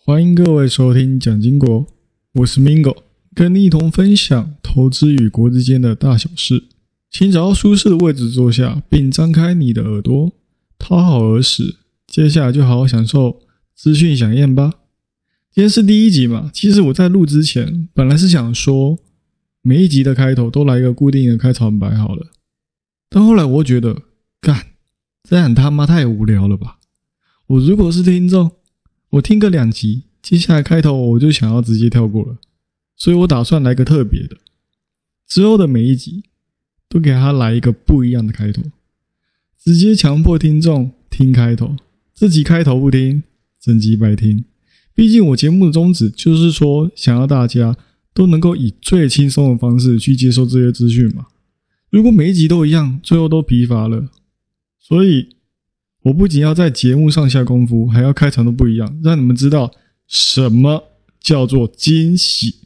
欢迎各位收听蒋经国，我是 Mingo， 跟你一同分享投资与国之间的大小事。请找到舒适的位置坐下，并张开你的耳朵，掏好耳屎。接下来就好好享受资讯飨宴吧。今天是第一集嘛，其实我在录之前本来是想说每一集的开头都来一个固定的开场白好了，但后来我觉得干，这样他妈太无聊了吧。我如果是听众，我听个2集，接下来开头我就想要直接跳过了，所以我打算来个特别的，之后的每一集都给他来一个不一样的开头，直接强迫听众听开头，这集开头不听，整集白听。毕竟我节目的宗旨就是说，想要大家都能够以最轻松的方式去接受这些资讯嘛。如果每一集都一样，最后都疲乏了。所以我不仅要在节目上下功夫，还要开场都不一样，让你们知道什么叫做惊喜。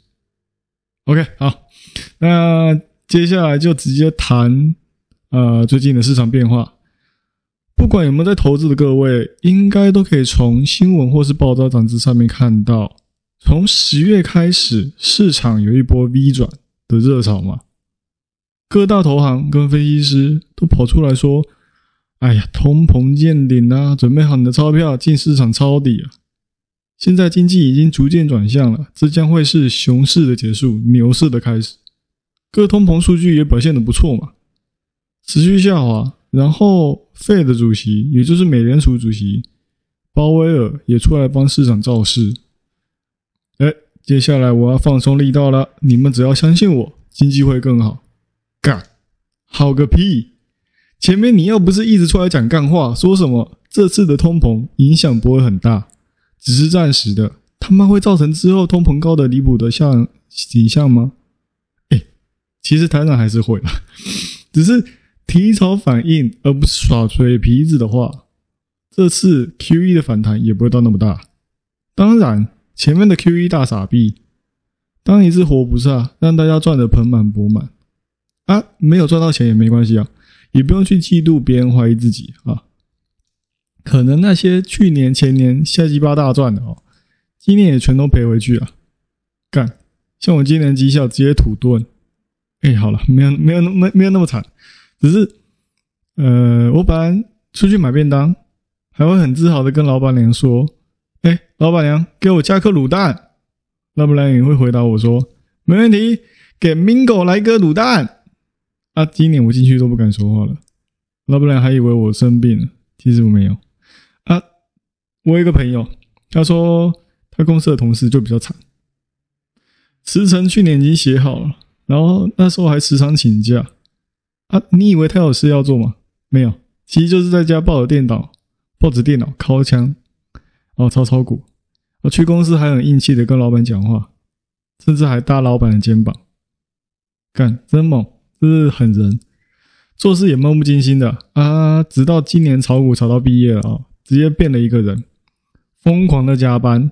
OK， 好，那接下来就直接谈最近的市场变化。不管有没有在投资的各位，应该都可以从新闻或是报章杂志上面看到，从10月开始，市场有一波 V 转的热潮嘛。各大投行跟分析师都跑出来说，哎呀，通膨见顶啊，准备好你的钞票进市场抄底啊。现在经济已经逐渐转向了，这将会是熊市的结束，牛市的开始。各通膨数据也表现得不错嘛，持续下滑。然后 Fed 主席，也就是美联储主席鲍威尔也出来帮市场造势。接下来我要放松力道了，你们只要相信我，经济会更好。干，好个屁！前面你要不是一直出来讲干话，说什么这次的通膨影响不会很大，只是暂时的，他妈会造成之后通膨高的离谱的景象吗？其实当然还是会啦，只是提早反应而不是耍嘴皮子的话，这次 QE 的反弹也不会到那么大。当然前面的 QE 大傻逼，当一次活不下，让大家赚得盆满钵满啊，没有赚到钱也没关系啊，也不用去嫉妒别人怀疑自己啊。可能那些去年前年下鸡巴大赚的今年也全都赔回去啊。干，像我今年绩效直接土遁。好了，没有那么惨，只是我本来出去买便当，还会很自豪的跟老板娘说，老板娘给我加颗卤蛋。老板娘也会回答我说，没问题，给 Mingo 来个卤蛋。今年我进去都不敢说话了，老板娘还以为我生病了，其实我没有。我有一个朋友，他说他公司的同事就比较惨，辞呈去年已经写好了，然后那时候还时常请假。你以为他有事要做吗？没有，其实就是在家抱着电脑敲枪炒股。去公司还很硬气的跟老板讲话，甚至还搭老板的肩膀。干，真猛，这是狠人，做事也漫不经心的直到今年炒股炒到毕业了直接变了一个人，疯狂的加班，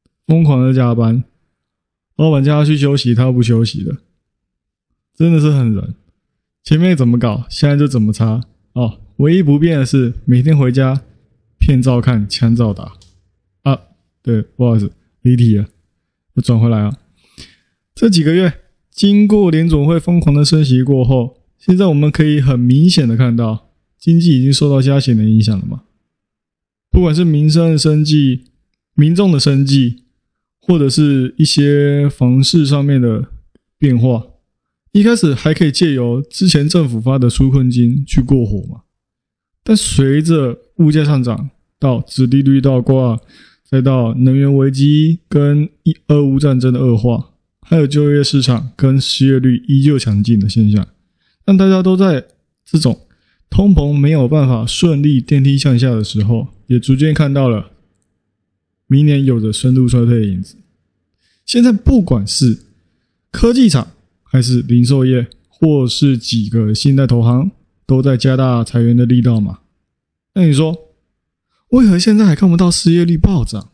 老板叫他去休息他不休息的，真的是狠人。前面怎么搞现在就怎么插唯一不变的是每天回家片照看枪照打对，不好意思离题了，我转回来这几个月经过联总会疯狂的升息过后，现在我们可以很明显的看到经济已经受到加息的影响了嘛。不管是民生的生计、民众的生计，或者是一些房市上面的变化，一开始还可以借由之前政府发的纾困金去过活嘛。但随着物价上涨，到殖利率倒挂，再到能源危机跟俄乌战争的恶化，还有就业市场跟失业率依旧强劲的现象，让大家都在这种通膨没有办法顺利电梯向下的时候，也逐渐看到了明年有着深度衰退的影子。现在不管是科技厂还是零售业，或是几个信贷投行，都在加大裁员的力道嘛。那你说为何现在还看不到失业率暴涨？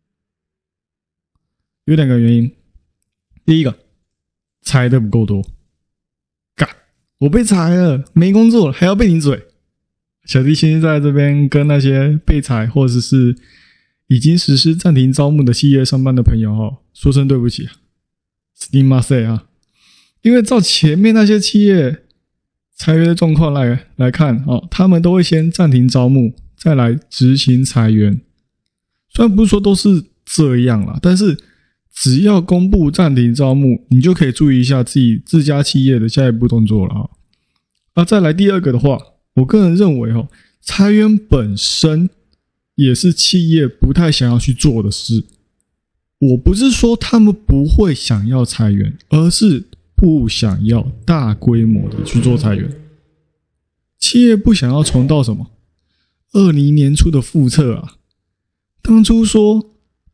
有2个原因。第一个，裁的不够多。干，我被裁了，没工作了，还要被你嘴。小弟现在这边跟那些被裁或者是已经实施暂停招募的企业上班的朋友说声对不起啊，すみません啊。因为照前面那些企业裁员的状况来看他们都会先暂停招募，再来执行裁员。虽然不是说都是这样啦，但是只要公布暂停招募，你就可以注意一下自家企业的下一步动作了再来第二个的话，我个人认为裁员本身也是企业不太想要去做的事。我不是说他们不会想要裁员，而是不想要大规模的去做裁员。企业不想要重蹈什么20年初的覆辙啊。当初说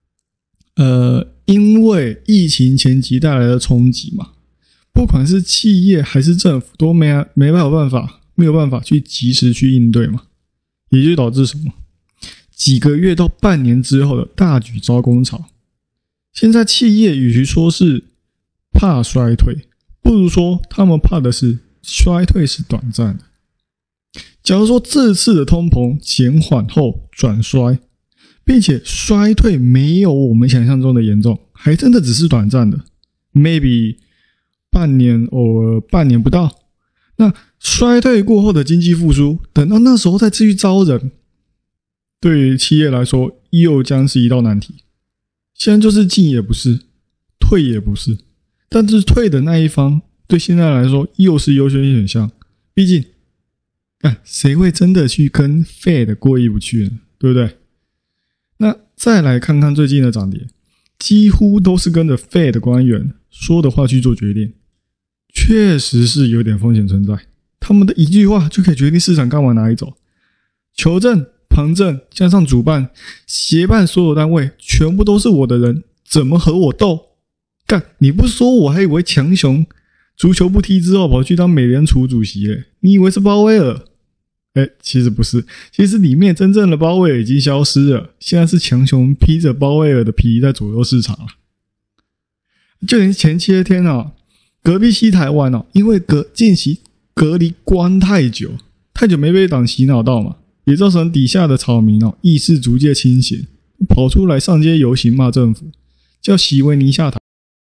因为疫情前期带来的冲击嘛，不管是企业还是政府都没有办法去及时去应对嘛，也就导致什么几个月到半年之后的大举招工潮。现在企业与其说是怕衰退，不如说他们怕的是衰退是短暂的。假如说这次的通膨减缓后转衰，并且衰退没有我们想象中的严重，还真的只是短暂的 maybe 半年半年不到，那衰退过后的经济复苏，等到那时候再继续招人，对于企业来说又将是一道难题。现在就是进也不是，退也不是，但是退的那一方对现在来说又是优先选项。毕竟谁会真的去跟 Fed 过意不去呢？对不对？那再来看看最近的涨跌，几乎都是跟着 Fed 官员说的话去做决定，确实是有点风险存在。他们的一句话就可以决定市场该往哪里走。求证、旁证加上主办、协办所有单位全部都是我的人，怎么和我斗？你不说我还以为强雄足球不踢之后跑去当美联储主席耶，你以为是鲍威尔？其实不是，其实里面真正的鲍威尔已经消失了，现在是强雄披着鲍威尔的皮在左右市场了。就连前些天隔壁西台湾因为近期隔离关太久没被党洗脑到嘛，也造成底下的草民意识逐渐清醒，跑出来上街游行骂政府，叫席维尼下台。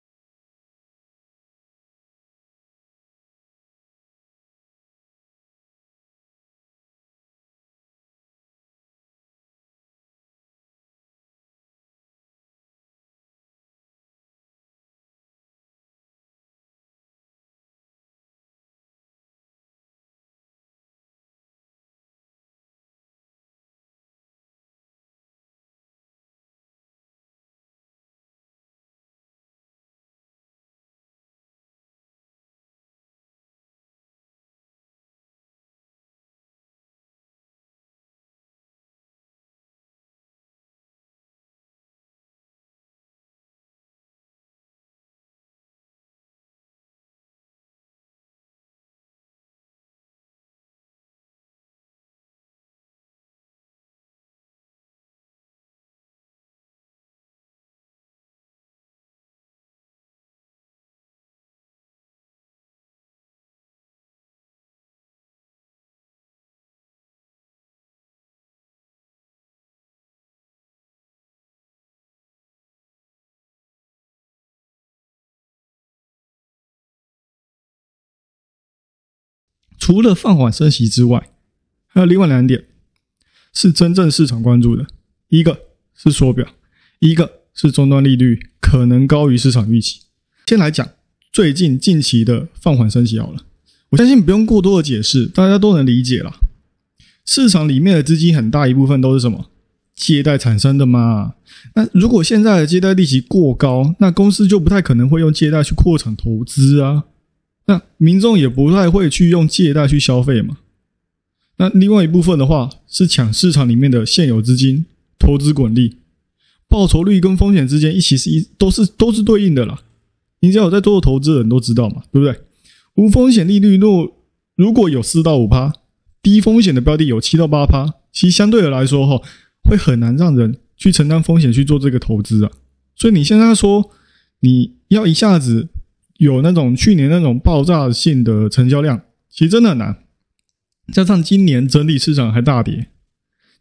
除了放缓升息之外，还有另外2点是真正市场关注的，一个是缩表，一个是终端利率可能高于市场预期。先来讲近期的放缓升息好了，我相信不用过多的解释，大家都能理解啦。市场里面的资金很大一部分都是什么？借贷产生的嘛。那如果现在的借贷利息过高，那公司就不太可能会用借贷去扩产投资啊。那民众也不太会去用借贷去消费嘛。那另外一部分的话是抢市场里面的现有资金，投资滚利，报酬率跟风险之间都是对应的啦。你只要有在做投资的人都知道嘛，对不对？无风险利率如果有 4% 到 5%， 低风险的标的有 7% 到 8%， 其实相对的来说会很难让人去承担风险去做这个投资啊。所以你现在说你要一下子有那种去年那种爆炸性的成交量，其实真的很难。加上今年整体市场还大跌，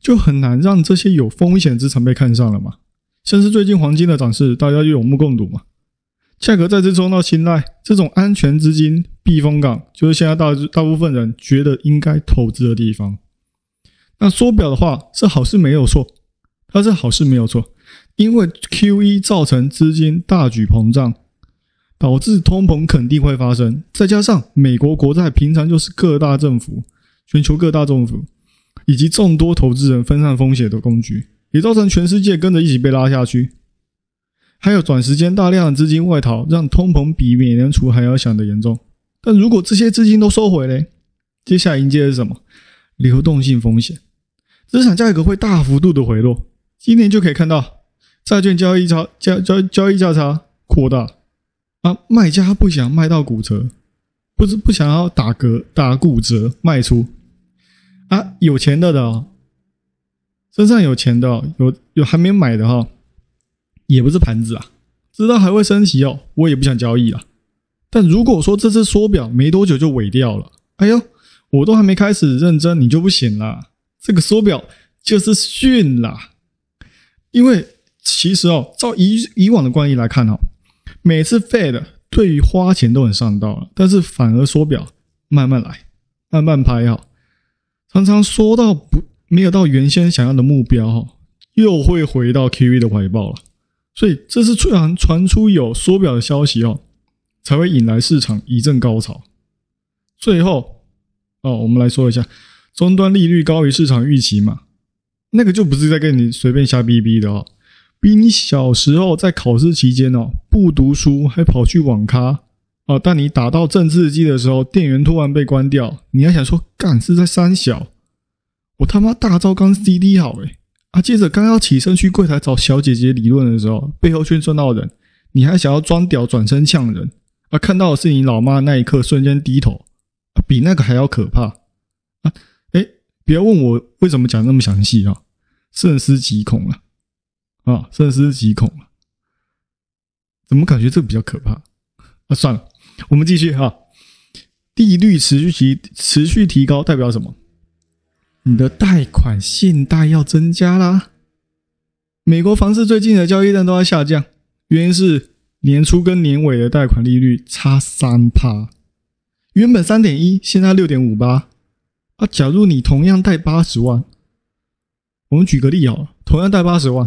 就很难让这些有风险资产被看上了嘛。像是最近黄金的涨势，大家就有目共睹嘛。价格再次受到青睐，这种安全资金避风港就是现在大部分人觉得应该投资的地方。那缩表的话是好事没有错，它是好事没有错，因为 QE 造成资金大举膨胀，导致通膨肯定会发生，再加上美国国债平常就是全球各大政府以及众多投资人分散风险的工具，也造成全世界跟着一起被拉下去。还有短时间大量的资金外逃，让通膨比美联储还要想得严重。但如果这些资金都收回嘞，接下来迎接的是什么？流动性风险，资产价格会大幅度的回落。今年就可以看到债券交易价差扩大啊，卖家不想卖到骨折，不想要打骨折卖出啊，有钱的身上有钱的有还没买的也不是盘子啊，知道还会升息我也不想交易啦。但如果说这次缩表没多久就尾掉了，哎呦，我都还没开始认真，你就不行啦，这个缩表就是训啦。因为其实照以往的惯例来看每次 Fed 对于花钱都很上道了，但是反而缩表慢慢来，慢慢拍常常缩到没有到原先想要的目标又会回到 QE 的怀抱了。所以这次传出有缩表的消息才会引来市场一阵高潮。最后我们来说一下终端利率高于市场预期嘛，那个就不是在跟你随便瞎逼逼的比你小时候在考试期间不读书还跑去网咖但你打到正字机的时候电源突然被关掉，你还想说干是在三小，我他妈大招刚 CD 好接着刚要起身去柜台找小姐姐理论的时候，背后却撞到人，你还想要装屌转身呛人看到的是你老妈那一刻瞬间低头比那个还要可怕不要问我为什么讲那么详细慎思极恐了慎思极恐了，怎么感觉这个比较可怕算了，我们继续利率持续提高代表什么？你的贷款信贷要增加啦。美国房市最近的交易量都在下降，原因是年初跟年尾的贷款利率差 3%， 原本 3.1 现在 6.58 假如你同样贷80万，我们举个例同样贷80万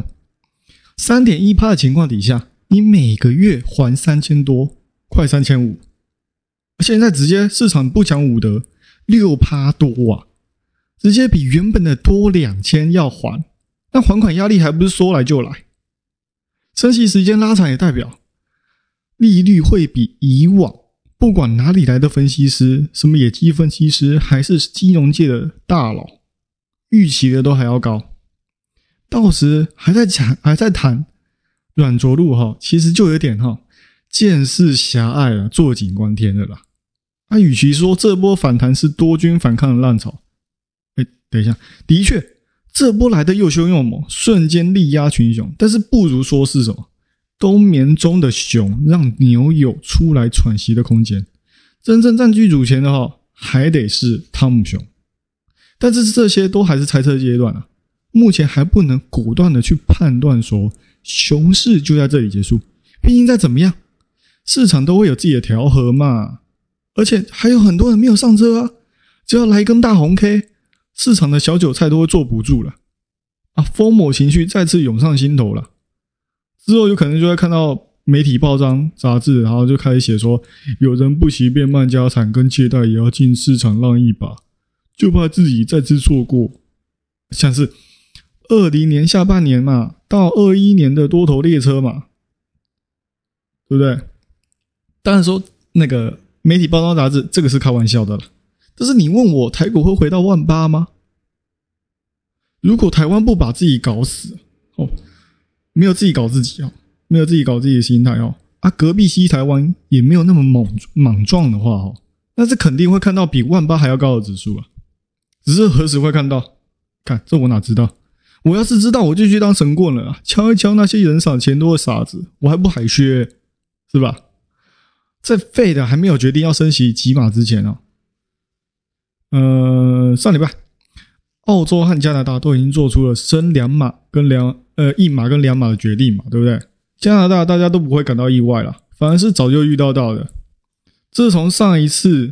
3.1% 的情况底下，你每个月还3000多，快3500，现在直接市场不讲武德 6% 多直接比原本的多2000要还，那还款压力还不是说来就来。升息时间拉长也代表利率会比以往不管哪里来的分析师，什么野鸡分析师还是金融界的大佬预期的都还要高，到时还在谈软着陆其实就有点见识狭隘了，坐井观天了啦。与其说这波反弹是多军反抗的浪潮，等一下，的确这波来的又凶又猛，瞬间力压群雄，但是不如说是什么冬眠中的熊让牛有出来喘息的空间，真正占据主权的还得是汤姆熊。但是这些都还是猜测阶段目前还不能果断的去判断说熊市就在这里结束，毕竟再怎么样市场都会有自己的调和嘛，而且还有很多人没有上车只要来一根大红 K， 市场的小韭菜都会坐不住了疯魔情绪再次涌上心头了。之后有可能就会看到媒体报章杂志，然后就开始写说有人不惜变卖家产跟借贷也要进市场浪一把，就怕自己再次错过像是20年下半年嘛到21年的多头列车嘛，对不对？当然说那个媒体报章杂志这个是开玩笑的了，但是你问我台股会回到18000吗？如果台湾不把自己搞死没有自己搞自己没有自己搞自己的心态隔壁西台湾也没有那么莽撞的话那是肯定会看到比18000还要高的指数只是何时会看到？看这我哪知道？我要是知道我就去当神棍了敲一敲那些人傻钱多的傻子，我还不海削是吧？在 Fed 还没有决定要升息几码之前上礼拜澳洲和加拿大都已经做出了升1码跟2码的决定嘛，对不对？加拿大大家都不会感到意外啦，反而是早就预料到的。自从上一次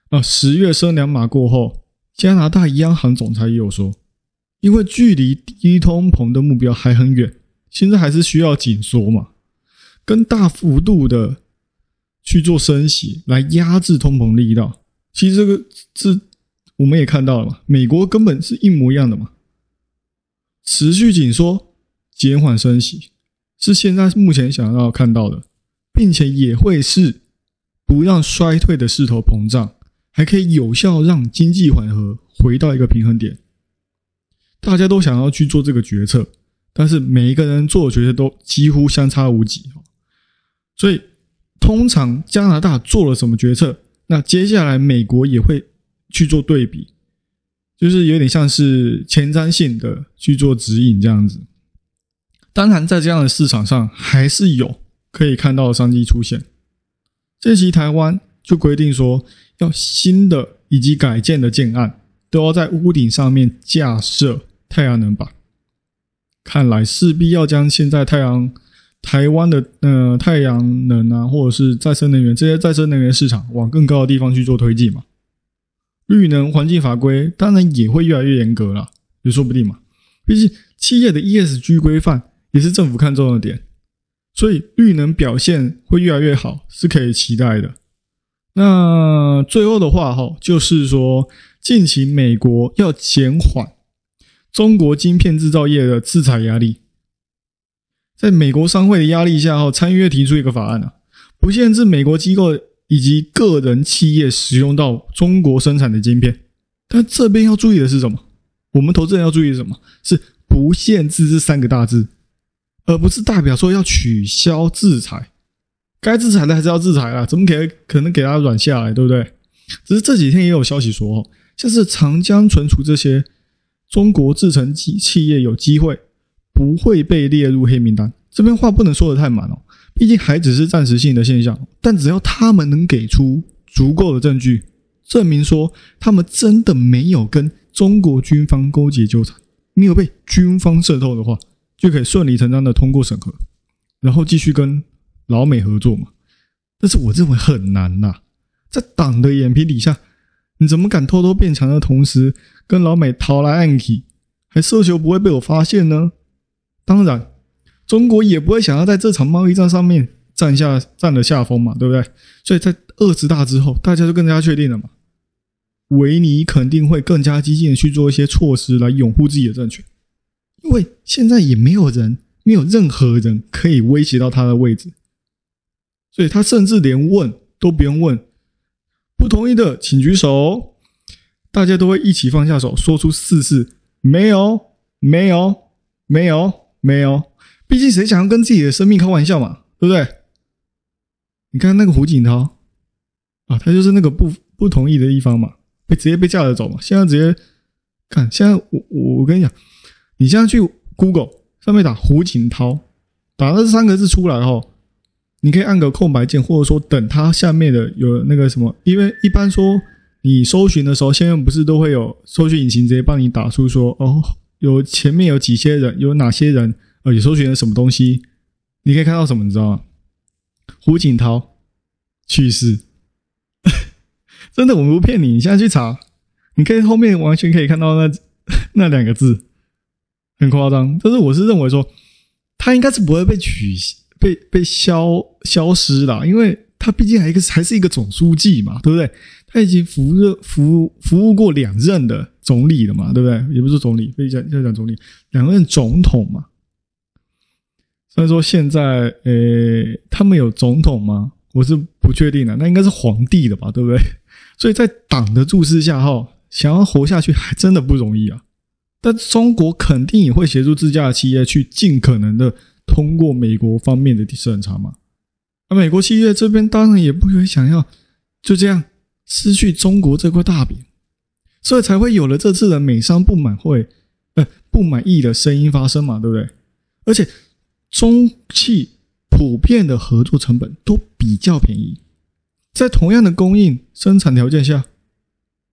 10月升2码过后，加拿大央行总裁也有说，因为距离低通膨的目标还很远，现在还是需要紧缩嘛，跟大幅度的去做升息来压制通膨力道。其实这我们也看到了嘛，美国根本是一模一样的嘛，持续紧缩减缓升息是现在目前想要看到的，并且也会是不让衰退的势头膨胀，还可以有效让经济缓和回到一个平衡点。大家都想要去做这个决策，但是每一个人做的决策都几乎相差无几。所以通常加拿大做了什么决策，那接下来美国也会去做对比，就是有点像是前瞻性的去做指引这样子。当然在这样的市场上还是有可以看到的商机出现。这期台湾就规定说，要新的以及改建的建案都要在屋顶上面架设太阳能板，看来势必要将现在台湾的太阳能啊，或者是再生能源这些再生能源市场往更高的地方去做推进嘛。绿能环境法规当然也会越来越严格啦，也说不定嘛。毕竟企业的 ESG 规范也是政府看重的点，所以绿能表现会越来越好，是可以期待的。那最后的话就是说，近期美国要减缓中国晶片制造业的制裁压力。在美国商会的压力下参议院提出一个法案不限制美国机构以及个人企业使用到中国生产的晶片。但这边要注意的是什么？我们投资人要注意的是什么？是不限制这3个大字，而不是代表说要取消制裁。该制裁的还是要制裁啦，怎么可能给它软下来，对不对？只是这几天也有消息说像是长江存储这些中国制程企业有机会不会被列入黑名单。这边话不能说得太满毕竟还只是暂时性的现象，但只要他们能给出足够的证据，证明说他们真的没有跟中国军方勾结纠缠，没有被军方渗透的话，就可以顺理成章的通过审核，然后继续跟老美合作嘛。但是我认为很难啦，在党的眼皮底下，你怎么敢偷偷变强的同时跟老美逃来暗去，还奢求不会被我发现呢？当然中国也不会想要在这场贸易战上面占了下风嘛，对不对？所以在20大之后，大家就更加确定了嘛，维尼肯定会更加激进的去做一些措施来拥护自己的政权，因为现在也没有任何人可以威胁到他的位置，所以他甚至连问都不用问，不同意的请举手，大家都会一起放下手，说出4次没有没有没有没有。毕竟谁想要跟自己的生命开玩笑嘛，对不对？你看那个胡锦涛他就是那个不同意的一方嘛，直接被架着走嘛。现在直接看，现在我跟你讲，你现在去 Google 上面打胡锦涛，打那3个字出来你可以按个空白键，或者说等它下面的有那个什么，因为一般说你搜寻的时候，现在不是都会有搜寻引擎直接帮你打出说有前面有几些人，有哪些人也搜寻了什么东西，你可以看到什么你知道吗？胡锦涛去世真的我不骗你，你现在去查，你可以后面完全可以看到那2个字，很夸张。但是我是认为说他应该是不会被消失啦，因为他毕竟还是一个总书记嘛，对不对？他已经服务过2任的总理了嘛，对不对？也不是总理，要讲总理，2任总统嘛。虽然说现在他们有总统吗？我是不确定的，那应该是皇帝了吧，对不对？所以在党的注视下想要活下去还真的不容易啊。但中国肯定也会协助自家的企业去尽可能的通过美国方面的审查嘛。美国企业这边当然也不会想要就这样失去中国这块大饼，所以才会有了这次的美商不满意的声音发生嘛，对不对？而且中企普遍的合作成本都比较便宜，在同样的供应生产条件下，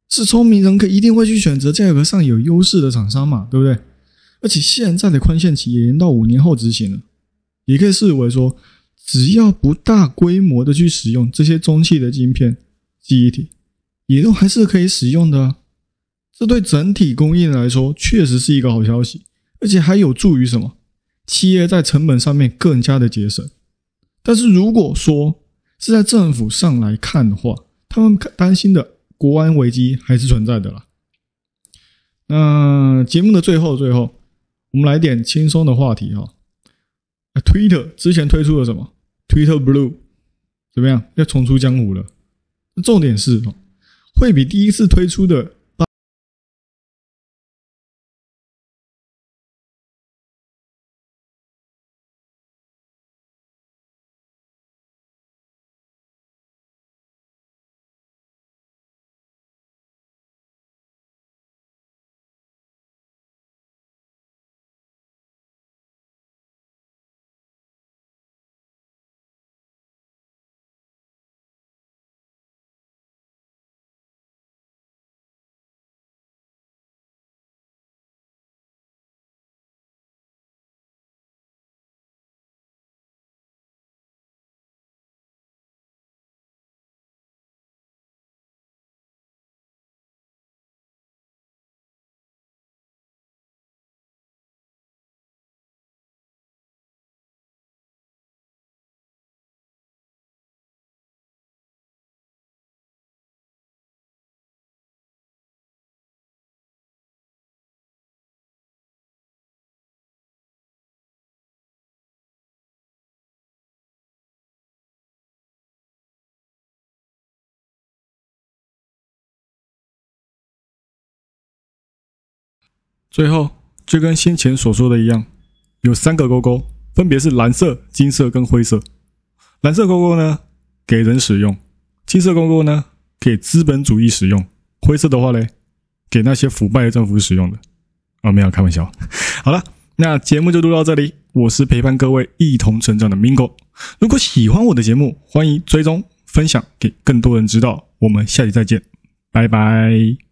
是聪明人一定会去选择价格上有优势的厂商嘛，对不对？而且现在的宽限期也延到5年后执行了，也可以视为说，只要不大规模的去使用这些中企的晶片、记忆体，也都还是可以使用的啊。这对整体供应来说确实是一个好消息，而且还有助于什么？企业在成本上面更加的节省。但是如果说是在政府上来看的话，他们担心的国安危机还是存在的啦。那节目的最后，我们来点轻松的话题哈。Twitter 之前推出了什么 ？Twitter Blue 怎么样？要重出江湖了。重点是会比第一次推出的最后就跟先前所说的一样，有3个勾勾，分别是蓝色、金色跟灰色。蓝色勾勾呢，给人使用；金色勾勾呢，给资本主义使用；灰色的话呢，给那些腐败的政府使用的。没有开玩笑。好了，那节目就录到这里，我是陪伴各位一同成长的 Mingo。如果喜欢我的节目，欢迎追踪分享给更多人知道。我们下期再见，拜拜。